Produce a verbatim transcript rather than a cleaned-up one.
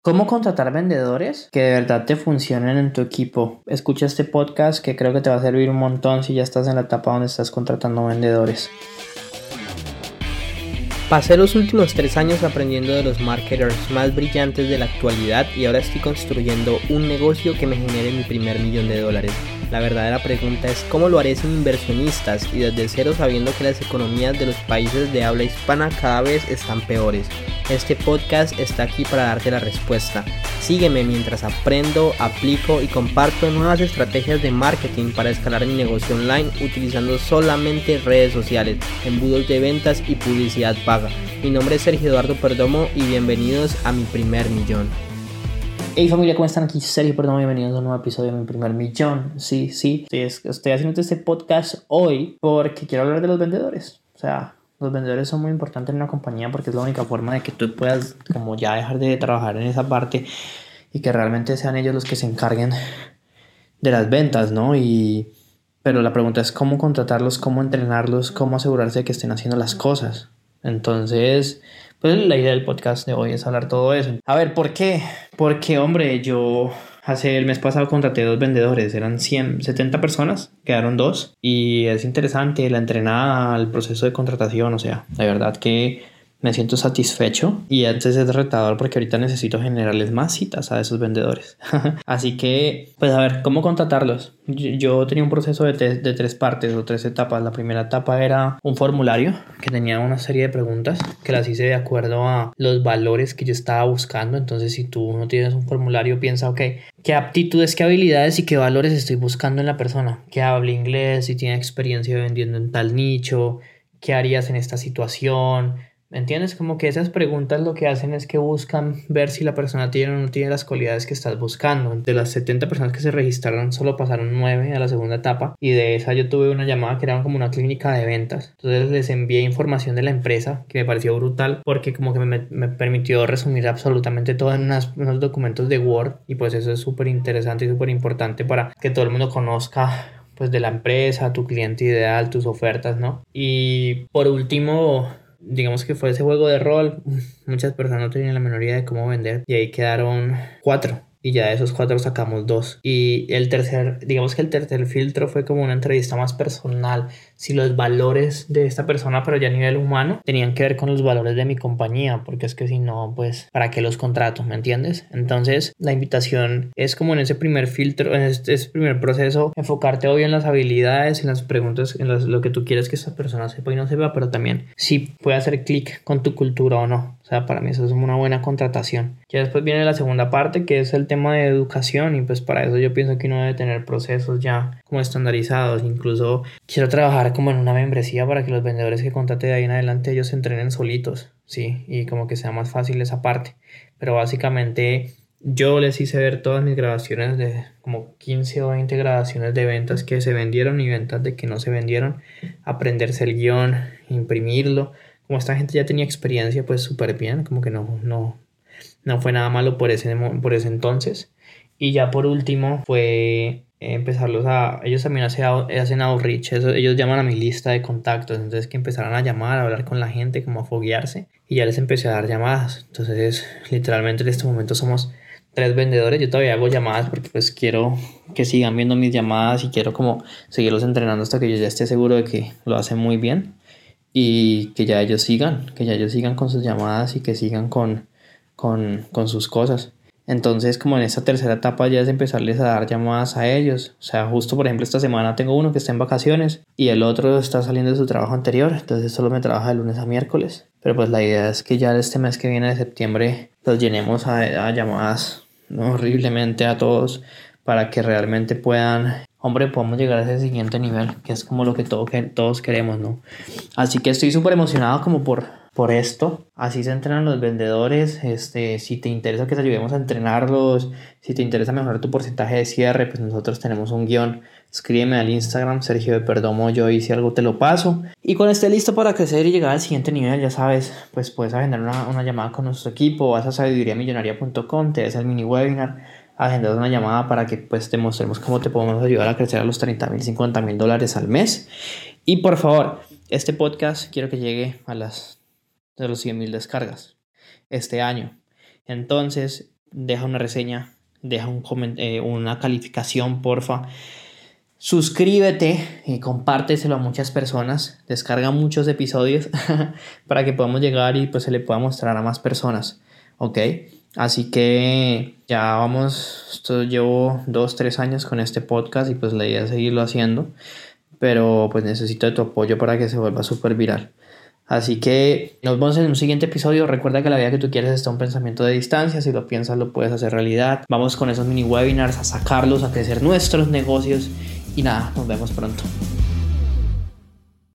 ¿Cómo contratar vendedores que de verdad te funcionen en tu equipo? Escucha este podcast que creo que te va a servir un montón si ya estás en la etapa donde estás contratando vendedores. Pasé los últimos tres años aprendiendo de los marketers más brillantes de la actualidad y ahora estoy construyendo un negocio que me genere mi primer millón de dólares. La verdadera pregunta es cómo lo haré sin inversionistas y desde cero sabiendo que las economías de los países de habla hispana cada vez están peores. Este podcast está aquí para darte la respuesta. Sígueme mientras aprendo, aplico y comparto nuevas estrategias de marketing para escalar mi negocio online utilizando solamente redes sociales, embudos de ventas y publicidad paga. Mi nombre es Sergio Eduardo Perdomo y bienvenidos a mi primer millón. Hey familia, ¿cómo están? Aquí Sergio Perdomo, bienvenidos a un nuevo episodio de mi primer millón. Sí, sí, estoy, estoy haciendo este podcast hoy porque quiero hablar de los vendedores. O sea, los vendedores son muy importantes en una compañía porque es la única forma de que tú puedas como ya dejar de trabajar en esa parte y que realmente sean ellos los que se encarguen de las ventas, ¿no? Y pero la pregunta es cómo contratarlos, cómo entrenarlos, cómo asegurarse de que estén haciendo las cosas. Entonces, pues la idea del podcast de hoy es hablar todo eso. A ver, ¿por qué? Porque, hombre, yo hace el mes pasado contraté dos vendedores, eran ciento setenta personas, quedaron dos. Y es interesante la entrenada, el proceso de contratación, o sea, de verdad que me siento satisfecho y antes es retador porque ahorita necesito generarles más citas a esos vendedores. Así que, pues a ver, ¿cómo contratarlos? Yo, yo tenía un proceso de, te- de tres partes o tres etapas. La primera etapa era un formulario que tenía una serie de preguntas que las hice de acuerdo a los valores que yo estaba buscando. Entonces, si tú no tienes un formulario, piensa, ok, ¿qué aptitudes, qué habilidades y qué valores estoy buscando en la persona? ¿Que hable inglés? ¿Si tiene experiencia vendiendo en tal nicho? ¿Qué harías en esta situación? ¿Me entiendes? Como que esas preguntas lo que hacen es que buscan ver si la persona tiene o no tiene las cualidades que estás buscando. De las setenta personas que se registraron, solo pasaron nueve a la segunda etapa y de esa yo tuve una llamada que era como una clínica de ventas. Entonces les envié información de la empresa que me pareció brutal porque como que me, me permitió resumir absolutamente todo en unas, unos documentos de Word y pues eso es súper interesante y súper importante para que todo el mundo conozca pues de la empresa, tu cliente ideal, tus ofertas, ¿no? Y por último, digamos que fue ese juego de rol. Muchas personas no tenían la menor idea de cómo vender y ahí quedaron cuatro. Y ya de esos cuatro sacamos dos. Y el tercer, digamos que el tercer filtro fue como una entrevista más personal. Si los valores de esta persona, pero ya a nivel humano, tenían que ver con los valores de mi compañía. Porque es que si no, pues, ¿para qué los contrato? ¿Me entiendes? Entonces, la invitación es como en ese primer filtro, en este, ese primer proceso, enfocarte obvio en las habilidades, en las preguntas, en las, lo que tú quieres que esta persona sepa y no sepa, pero también si puede hacer clic con tu cultura o no. O sea, para mí eso es una buena contratación. Ya después viene la segunda parte, que es el tema de educación, y pues para eso yo pienso que uno debe tener procesos ya como estandarizados. Incluso quiero trabajar como en una membresía para que los vendedores que contrate de ahí en adelante ellos se entrenen solitos, sí, y como que sea más fácil esa parte. Pero básicamente yo les hice ver todas mis grabaciones de como quince o veinte grabaciones de ventas que se vendieron y ventas de que no se vendieron, aprenderse el guión, imprimirlo. Como esta gente ya tenía experiencia, pues súper bien, como que no, no, no fue nada malo por ese, por ese entonces. Y ya por último fue empezarlos a... Ellos también hacen, hacen outreach, eso, ellos llaman a mi lista de contactos, entonces que empezaron a llamar, a hablar con la gente, como a foguearse, y ya les empecé a dar llamadas. Entonces literalmente en este momento somos tres vendedores. Yo todavía hago llamadas porque pues quiero que sigan viendo mis llamadas y quiero como seguirlos entrenando hasta que yo ya esté seguro de que lo hacen muy bien. Y que ya ellos sigan, que ya ellos sigan con sus llamadas y que sigan con, con, con sus cosas. Entonces, como en esta tercera etapa ya es empezarles a dar llamadas a ellos. O sea, justo por ejemplo esta semana tengo uno que está en vacaciones y el otro está saliendo de su trabajo anterior. Entonces solo me trabaja de lunes a miércoles. Pero pues la idea es que ya este mes que viene de septiembre los llenemos a, a llamadas, ¿no? Horriblemente a todos para que realmente puedan... Hombre, podemos llegar a ese siguiente nivel, que es como lo que, todo, que todos queremos, ¿no? Así que estoy súper emocionado como por, por esto. Así se entrenan los vendedores. Este, si te interesa que te ayudemos a entrenarlos, si te interesa mejorar tu porcentaje de cierre, pues nosotros tenemos un guión. Escríbeme al Instagram, Sergio de Perdomo, yo y si algo te lo paso. Y cuando esté listo para crecer y llegar al siguiente nivel, ya sabes, pues puedes agendar una, una llamada con nuestro equipo. Vas a sabiduría millonaria punto com, te des el mini webinar. Agendar una llamada para que pues te mostremos cómo te podemos ayudar a crecer a los treinta mil, cincuenta mil dólares al mes. Y por favor, este podcast quiero que llegue a las de los cien mil descargas este año. Entonces, deja una reseña, deja un coment- eh, una calificación, porfa. Suscríbete y compárteselo a muchas personas. Descarga muchos episodios para que podamos llegar y pues se le pueda mostrar a más personas. ¿Ok? Así que ya vamos, esto llevo dos, tres años con este podcast y pues la idea es seguirlo haciendo. Pero pues necesito de tu apoyo para que se vuelva súper viral. Así que nos vemos en un siguiente episodio. Recuerda que la vida que tú quieres está a un pensamiento de distancia. Si lo piensas, lo puedes hacer realidad. Vamos con esos mini webinars a sacarlos, a crecer nuestros negocios. Y nada, nos vemos pronto.